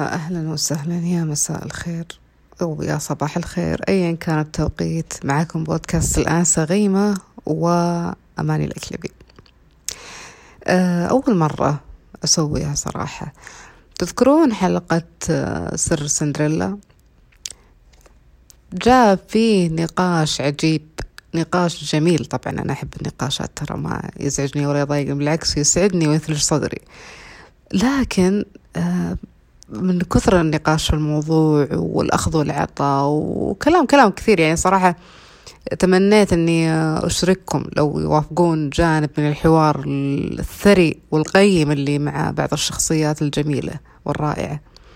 يا أهلا وسهلا، يا مساء الخير أو يا صباح الخير أيا كان التوقيت. معكم بودكاست الآنسة غيمة وأماني الأكلبي. أول مرة أسويها صراحة. تذكرون حلقة سر سندريلا؟ جاء فيه نقاش عجيب، نقاش جميل. طبعا أنا أحب النقاشات، ترى ما يزعجني ولا يضايقني، بالعكس يسعدني ويثلج صدري. لكن من كثر النقاش في الموضوع والأخذ والعطاء وكلام كثير، يعني صراحة تمنيت أني أشارككم لو يوافقون جانب من الحوار الثري والقيم اللي مع بعض الشخصيات الجميلة والرائعة.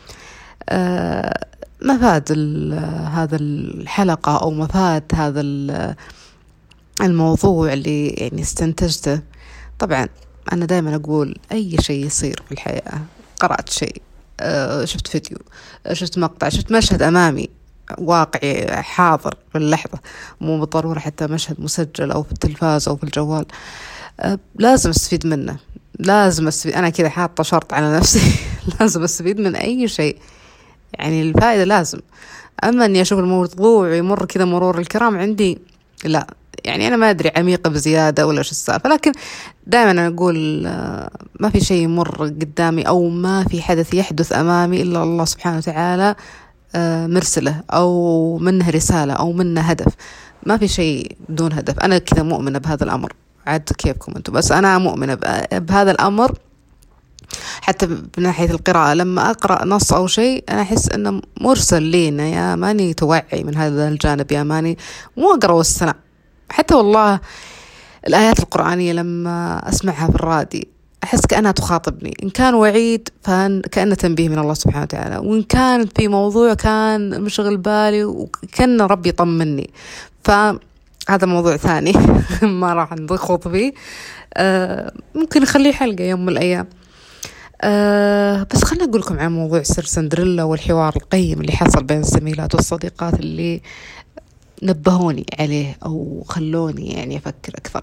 مفاد هذا الحلقة أو مفاد هذا الموضوع اللي يعني استنتجته. طبعا أنا دائما أقول أي شيء يصير في الحياة، قرأت شيء، شفت فيديو، شفت مقطع، شفت مشهد أمامي واقعي حاضر في اللحظة، مو بالضرورة حتى مشهد مسجل أو في التلفاز أو في الجوال، لازم أستفيد منه، لازم أستفيد. أنا كذا حاطة شرط على نفسي لازم أستفيد من أي شيء، يعني الفائدة لازم. أما أني أشوف الموضوع يمر كذا مرور الكرام عندي، لا، يعني أنا ما أدري عميقة بزيادة ولا شو السالفة، لكن دائما أنا أقول ما في شيء يمر قدامي أو ما في حدث يحدث أمامي إلا الله سبحانه وتعالى مرسله أو منه رسالة أو منه هدف. ما في شيء بدون هدف. أنا كذا مؤمنة بهذا الأمر، عاد كيفكم أنتم، بس أنا مؤمنة بهذا الأمر. حتى بناحية القراءة، لما أقرأ نص أو شيء أنا أحس أنه مرسل لينا، يا ماني توعي من هذا الجانب، يا ماني مو أقرأ والسلام. حتى والله الآيات القرآنية لما أسمعها في الراديو أحس كأنها تخاطبني، إن كان وعيد كأنه تنبيه من الله سبحانه وتعالى، وإن كان في موضوع كان مشغل بالي وكأن ربي يطمني. فهذا موضوع ثاني ما راح نخوض فيه، ممكن نخليه حلقة يوم من الأيام. بس خلنا أقول لكم عن موضوع سر سندريلا والحوار القيم اللي حصل بين الزميلات والصديقات اللي نبهوني عليه أو خلوني يعني أفكر أكثر.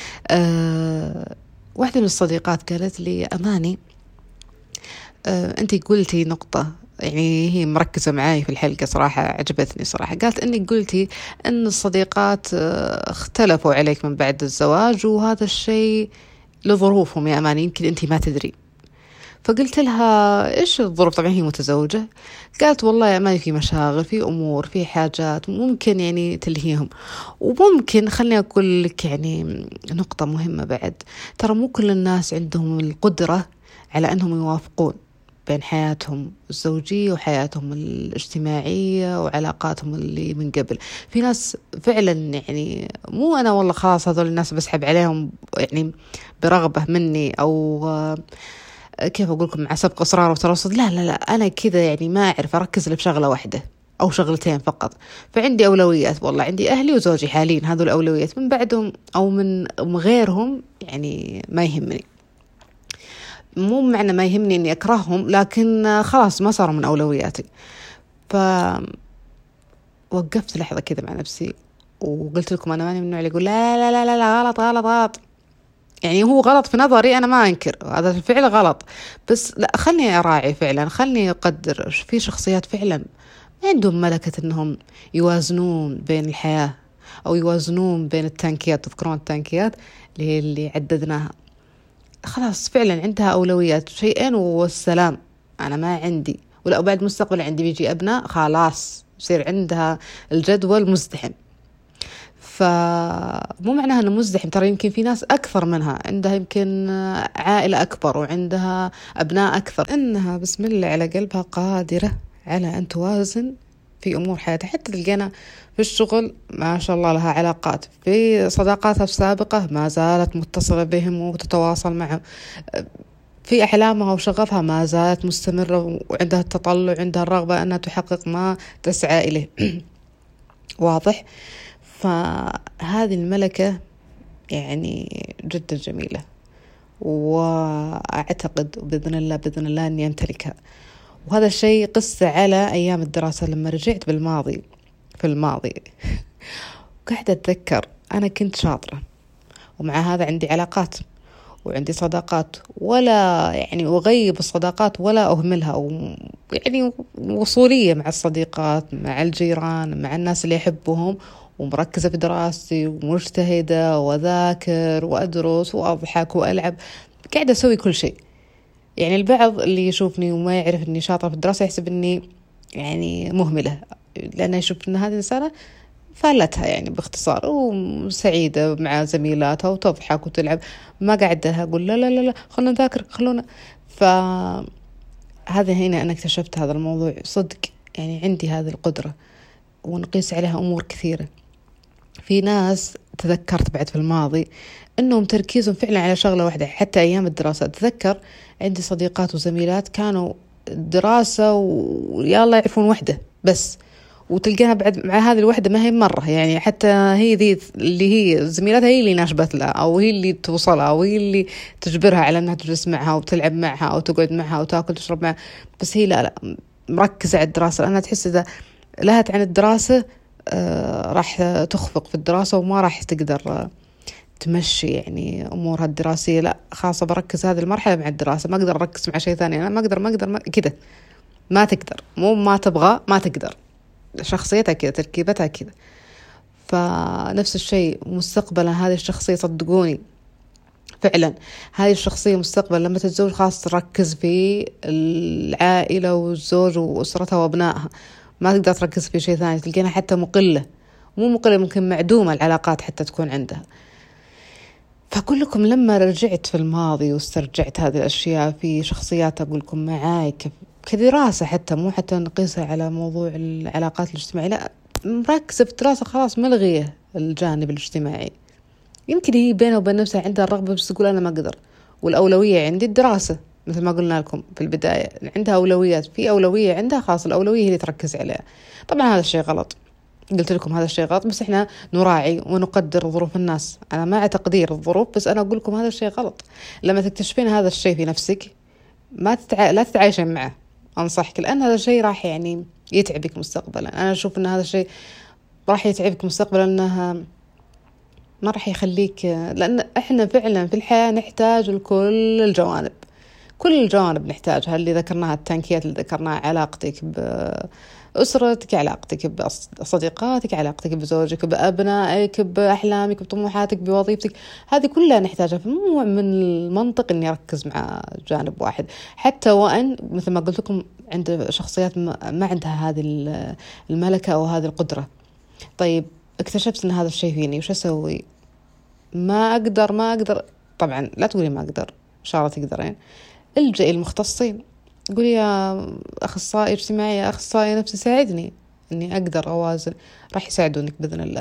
واحدة من الصديقات قالت لي أماني، أنتي قلتي نقطة، يعني هي مركزة معاي في الحلقة صراحة، عجبتني صراحة. قالت إنك قلتي أن الصديقات اختلفوا عليك من بعد الزواج، وهذا الشيء لظروفهم يا أماني، يمكن أنتي ما تدري. فقلت لها إيش الظروف؟ طبعا هي متزوجة. قالت والله يا أماني في مشاغل، في أمور، في حاجات ممكن يعني تلهيهم. وممكن خلني أقول لك يعني نقطة مهمة بعد، ترى مو كل الناس عندهم القدرة على أنهم يوافقون بين حياتهم الزوجية وحياتهم الاجتماعية وعلاقاتهم اللي من قبل. في ناس فعلا يعني مو أنا والله خلاص هذول الناس بسحب عليهم يعني برغبة مني أو كيف أقولكم مع سبق إصرار وترصد، لا لا لا، أنا كذا يعني ما أعرف أركز لي بشغلة واحدة أو شغلتين فقط. فعندي أولويات، والله عندي أهلي وزوجي حاليا، هذول الأولويات، من بعدهم أو من غيرهم يعني ما يهمني. مو معنى ما يهمني إني أكرههم، لكن خلاص ما صاروا من أولوياتي. فوقفت لحظة كذا مع نفسي وقلت لكم أنا ماني من النوع اللي يقول لا لا لا لا, لا غلط غلط غلط، يعني هو غلط في نظري، أنا ما أنكر هذا الفعل غلط، بس لا، خلني أراعي فعلا، خلني أقدر. في شخصيات فعلا ما عندهم ملكة أنهم يوازنون بين الحياة أو يوازنون بين التانكيات. تذكرون التانكيات اللي عددناها؟ خلاص فعلا عندها أولويات شيئين والسلام، أنا ما عندي، ولا بعد مستقبل عندي بيجي أبناء، خلاص يصير عندها الجدول مزدحم. فمو معناها أنه مزدحم، ترى يمكن في ناس أكثر منها، عندها يمكن عائلة أكبر وعندها أبناء أكثر، إنها بسم الله على قلبها قادرة على أن توازن في أمور حياتها. حتى تلقينا في الشغل ما شاء الله لها علاقات، في صداقاتها السابقة ما زالت متصلة بهم وتتواصل معهم، في أحلامها وشغفها ما زالت مستمرة، وعندها التطلع، عندها الرغبة أنها تحقق ما تسعى إليه. واضح؟ فهذه الملكة يعني جدا جميلة، وأعتقد بإذن الله أني أمتلكها. وهذا الشيء قصة على أيام الدراسة، لما رجعت في الماضي وقاعدة أتذكر أنا كنت شاطرة، ومع هذا عندي علاقات، وعندي صداقات، ولا يعني أغيب الصداقات ولا أهملها، يعني وصولية مع الصديقات، مع الجيران، مع الناس اللي يحبهم، ومركزة في دراستي ومجتهدة وأذاكر وأدرس وأضحك وألعب، قاعدة أسوي كل شيء. يعني البعض اللي يشوفني وما يعرف أني شاطرة في الدراسة يحسب أني يعني مهملة، لأنه يشوف أن هذه الإنسانة فالتها يعني باختصار، وسعيدة مع زميلاتها وتضحك وتلعب، ما قاعدة أقول لا لا لا لا خلونا نذاكر خلونا. فهذا هنا أنا اكتشفت هذا الموضوع صدق، يعني عندي هذه القدرة ونقيس عليها أمور كثيرة. في ناس تذكرت بعد في الماضي أنهم تركيزهم فعلا على شغلة واحدة، حتى أيام الدراسة أتذكر عندي صديقات وزميلات كانوا دراسة ويلا يعرفون وحدة بس، وتلقاها بعد مع هذه الوحدة ما هي مرة، يعني حتى هي ذي اللي هي زميلاتها هي اللي ناشبت لها، أو هي اللي توصلها، أو هي اللي تجبرها على أنها تجلس معها وتلعب معها أو تقعد معها أو تأكل تشرب معها، بس هي لا مركزة على الدراسة، لأنها تحس إذا لهت عن الدراسة راح تخفق في الدراسة وما راح تقدر تمشي يعني أمورها الدراسية. لا خاصة بركز هذه المرحلة مع الدراسة، ما أقدر أركز مع شيء ثاني، أنا ما أقدر كده، ما تقدر، مو ما تبغى، ما تقدر، شخصيتها كده، تركيبتها كده. فنفس الشيء مستقبلا هذه الشخصية، صدقوني فعلا هذه الشخصية مستقبلا لما تتزوج خاص تركز في العائلة والزوج وأسرتها وأبنائها، ما تقدر تركز في شيء ثاني، تلقينا حتى مقلة، مو مقلة، ممكن معدومة العلاقات حتى تكون عندها. فأقول لكم لما رجعت في الماضي واسترجعت هذه الأشياء في شخصيات، أقول لكم معاي كدراسة حتى، مو حتى نقيسها على موضوع العلاقات الاجتماعية، لا مركزة في الدراسة خلاص، ملغية الجانب الاجتماعي. يمكن هي بينها وبين نفسها عندها الرغبة بس تقول أنا ما أقدر، والأولوية عندي الدراسة مثل ما قلنا لكم في البداية، عندها أولويات، في أولوية عندها خاص، الأولوية هي اللي تركز عليها. طبعا هذا الشيء غلط، قلت لكم هذا الشيء غلط، بس إحنا نراعي ونقدر ظروف الناس، أنا مع تقدير الظروف، بس أنا أقول لكم هذا الشيء غلط. لما تكتشفين هذا الشيء في نفسك لا تتعايشين معه، أنصحك، لأن هذا الشيء راح يعني يتعبك مستقبلا. أنا أشوف أن هذا الشيء راح يتعبك مستقبلا، أنها ما راح يخليك، لأن إحنا فعلا في الحياة نحتاج لكل الجوانب، كل الجوانب نحتاجها، اللي ذكرناها التنكيات اللي ذكرناها، علاقتك بأسرتك، علاقتك بصديقاتك، علاقتك بزوجك، بأبنائك، بأحلامك، بطموحاتك، بوظيفتك، هذه كلها نحتاجها. فمو من المنطق إني أركز مع جانب واحد، حتى وأن مثل ما قلت لكم عند شخصيات ما عندها هذه الملكة أو هذه القدرة. طيب اكتشفت إن هذا الشيء فيني، وش أسوي؟ ما أقدر. طبعا لا تقولي ما أقدر، إن شاء الله تقدرين، الجئي المختصين، قولي يا أخصائي اجتماعي، يا أخصائي نفسي ساعدني أني أقدر أوازن، راح يساعدونك بإذن الله.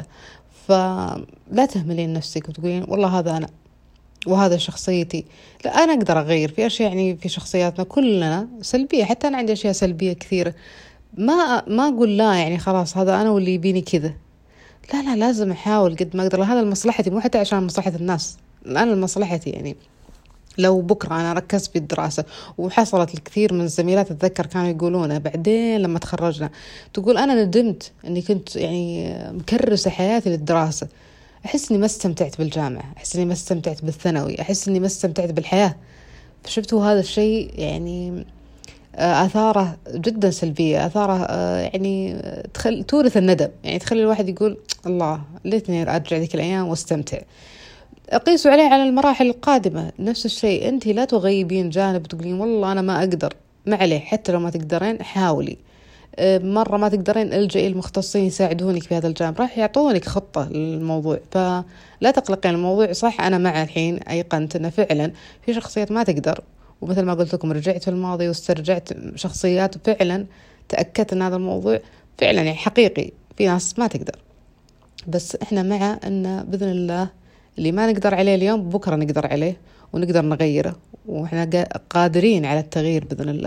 فلا تهملين نفسك وتقولين والله هذا أنا وهذا شخصيتي، لا أنا أقدر أغير في أشياء، يعني في شخصياتنا كلنا سلبية، حتى أنا عندي أشياء سلبية كثيرة، ما أقول لا يعني خلاص هذا أنا واللي يبيني كذا، لا لازم أحاول قد ما أقدر، هذا لمصلحتي، مو حتى عشان مصلحة الناس، أنا لمصلحتي. يعني لو بكرة أنا ركزت في الدراسة، وحصلت الكثير من الزميلات أتذكر كانوا يقولون بعدين لما تخرجنا، تقول أنا ندمت أني كنت يعني مكرسة حياتي للدراسة، أحس أني ما استمتعت بالجامعة، أحس أني ما استمتعت بالثانوي، أحس أني ما استمتعت بالحياة. فشفتوا هذا الشيء يعني آثاره جدا سلبية، آثاره يعني تورث الندم، يعني تخلي الواحد يقول الله ليتني أرجع ذيك الأيام واستمتع. قيسوا عليه على المراحل القادمة نفس الشيء، أنت لا تغيبين جانب تقولين والله أنا ما أقدر، ما عليه، حتى لو ما تقدرين حاولي، مرة ما تقدرين الجئي المختصين يساعدونك في هذا الجانب، راح يعطونك خطة للموضوع، فلا تقلقين الموضوع. صح أنا مع الحين أيقنت أنه فعلا في شخصيات ما تقدر، ومثل ما قلت لكم رجعت في الماضي واسترجعت شخصيات، فعلا تأكدت أن هذا الموضوع فعلا يعني حقيقي، في ناس ما تقدر، بس إحنا مع أن بإذن الله اللي ما نقدر عليه اليوم بكرة نقدر عليه ونقدر نغيره، وإحنا قادرين على التغيير بإذن الله.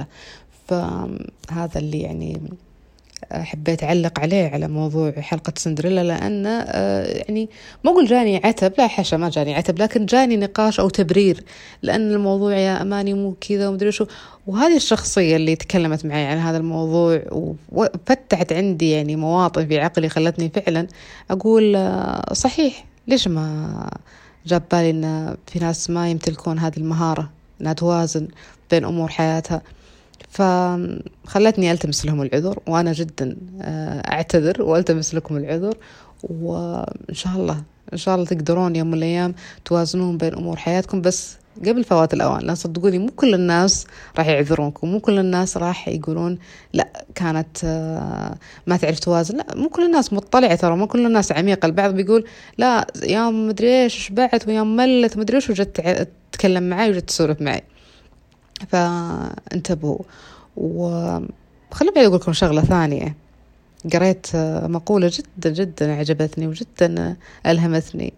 فهذا اللي يعني حبيت أعلق عليه على موضوع حلقة سندريلا، لأن يعني ما أقول جاني عتب، لا حاشا ما جاني عتب، لكن جاني نقاش أو تبرير، لأن الموضوع يا أماني مو كذا ومدري شو. وهذه الشخصية اللي تكلمت معي عن هذا الموضوع وفتحت عندي يعني مواطن في عقلي خلتني فعلا أقول صحيح، ليش ما جاب بالي إن في ناس ما يمتلكون هذه المهارة إنها توازن بين أمور حياتها، فخلتني ألتمس لهم العذر، وأنا جدا أعتذر وألتمس لكم العذر. وإن شاء الله إن شاء الله تقدرون يوم من الأيام توازنون بين أمور حياتكم، بس قبل فوات الأوان. لا صدقوني مو كل الناس راح يعذرونكم، مو كل الناس راح يقولون لا كانت ما تعرف توازن. لا، مو كل الناس مطلعة ترى، مو كل الناس عميقة. البعض بيقول لا يوم مدري إيش شبعت ويوم ملت مدري إيش وجت تتكلم معي وجت تسولف معي. فانتبهوا. وخلوا بعد أقول لكم شغلة ثانية. قريت مقولة جدا جدا عجبتني وجدا ألهمتني.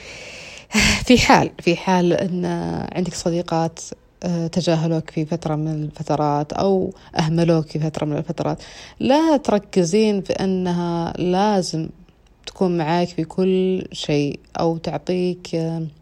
في حال أن عندك صديقات تجاهلوك في فترة من الفترات أو أهملوك في فترة من الفترات، لا تركزين في أنها لازم تكون معاك في كل شيء أو تعطيك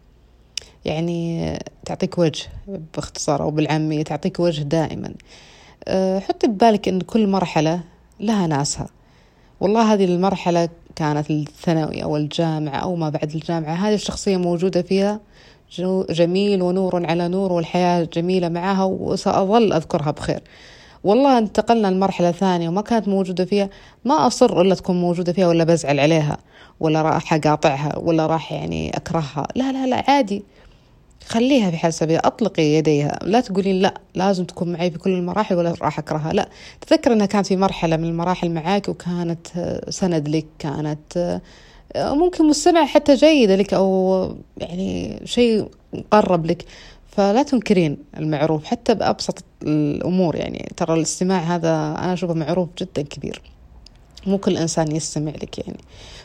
يعني تعطيك وجه، باختصار أو بالعامية تعطيك وجه دائما. حطي ببالك أن كل مرحلة لها ناسها. والله هذه المرحلة كانت الثانوي أو الجامعة أو ما بعد الجامعة، هذه الشخصية موجودة فيها جميل ونور على نور، والحياة جميلة معها وسأظل أذكرها بخير. والله انتقلنا لمرحلة ثانية وما كانت موجودة فيها، ما أصر إلا تكون موجودة فيها ولا بزعل عليها ولا راح أقاطعها ولا راح يعني أكرهها. لا لا لا، عادي، خليها في حال سبيلها، أطلقي يديها. لا تقولين لا لازم تكون معي في كل المراحل ولا راح أكرهها. لا، تذكر أنها كانت في مرحلة من المراحل معاك وكانت سند لك، كانت ممكن مستمع حتى جيدة لك أو يعني شيء مقرب لك. فلا تنكرين المعروف حتى بأبسط الأمور. يعني ترى الاستماع هذا أنا أشوفه معروف جدا كبير، مو كل إنسان يستمع لك يعني.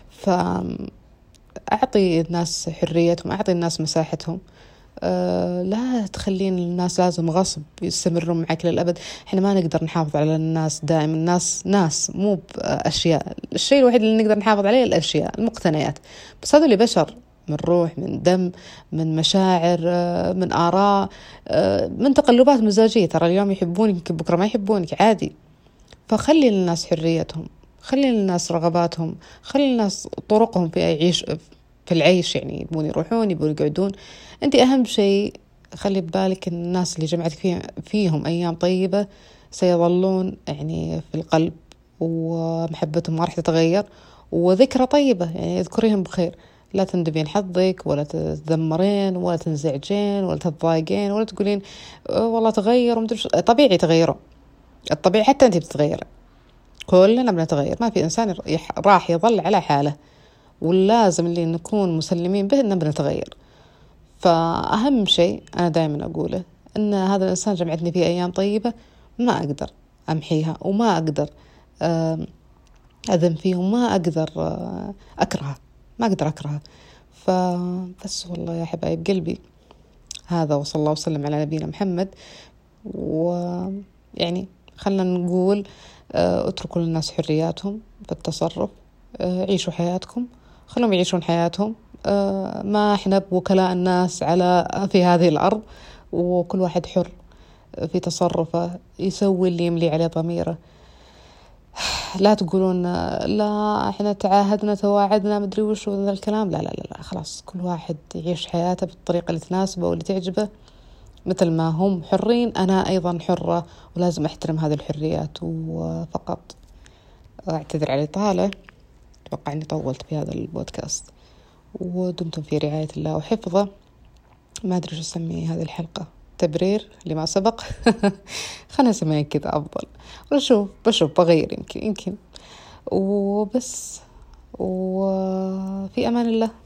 فأعطي الناس حريتهم، أعطي الناس مساحتهم. لا تخلين الناس لازم غصب يستمرون معك للأبد. احنا ما نقدر نحافظ على الناس دائما، الناس ناس مو بأشياء. الشيء الوحيد اللي نقدر نحافظ عليه الأشياء، المقتنيات، بس هذول بشر، من روح، من دم، من مشاعر، من آراء، من تقلبات مزاجية. ترى اليوم يحبونك بكرة ما يحبونك، عادي. فخلي للناس حريتهم، خلي للناس رغباتهم، خلي للناس طرقهم في العيش. يعني يبون يروحون يبون يقعدون. أنت أهم شيء خلي ببالك إن الناس اللي جمعتك فيهم أيام طيبة سيظلون يعني في القلب، ومحبتهم ما راح تتغير، وذكرى طيبة يعني اذكريهم بخير. لا تندبين حظك ولا تتذمرين ولا تنزعجين ولا تتضايقين ولا تقولين والله تغير. طبيعي تغيروا، الطبيعي حتى أنت بتتغير، كلنا بنتغير، ما في إنسان راح يظل على حاله، واللازم اللي نكون مسلمين به إننا بنتغير. فأهم شيء أنا دائما أقوله إن هذا الإنسان جمعتني فيه أيام طيبة، ما أقدر أمحيها وما أقدر أذم فيه وما أقدر أكرهها، ما أقدر أكرهها. فبس والله يا حبايب قلبي، هذا وصلى الله وسلم على نبينا محمد. ويعني خلنا نقول اتركوا للناس حرياتهم في التصرف، عيشوا حياتكم، خلهم يعيشون حياتهم. ما احنا بوكلاء الناس في هذه الأرض، وكل واحد حر في تصرفه يسوي اللي يملي عليه ضميره. لا تقولون لا احنا تعاهدنا تواعدنا مدري وش وذا الكلام. لا لا لا لا، خلاص كل واحد يعيش حياته بالطريقة اللي تناسبه واللي تعجبه. مثل ما هم حرين أنا أيضا حرة، ولازم أحترم هذه الحريات. وفقط أعتذر على الإطالة، أتوقع أني طولت في هذا البودكاست. ودمتم في رعاية الله وحفظه. ما أدري شو أسمي هذه الحلقة، تبرير لما سبق. خلنا نسميها كذا أفضل. بشوف بغير يمكن وبس. وفي أمان الله.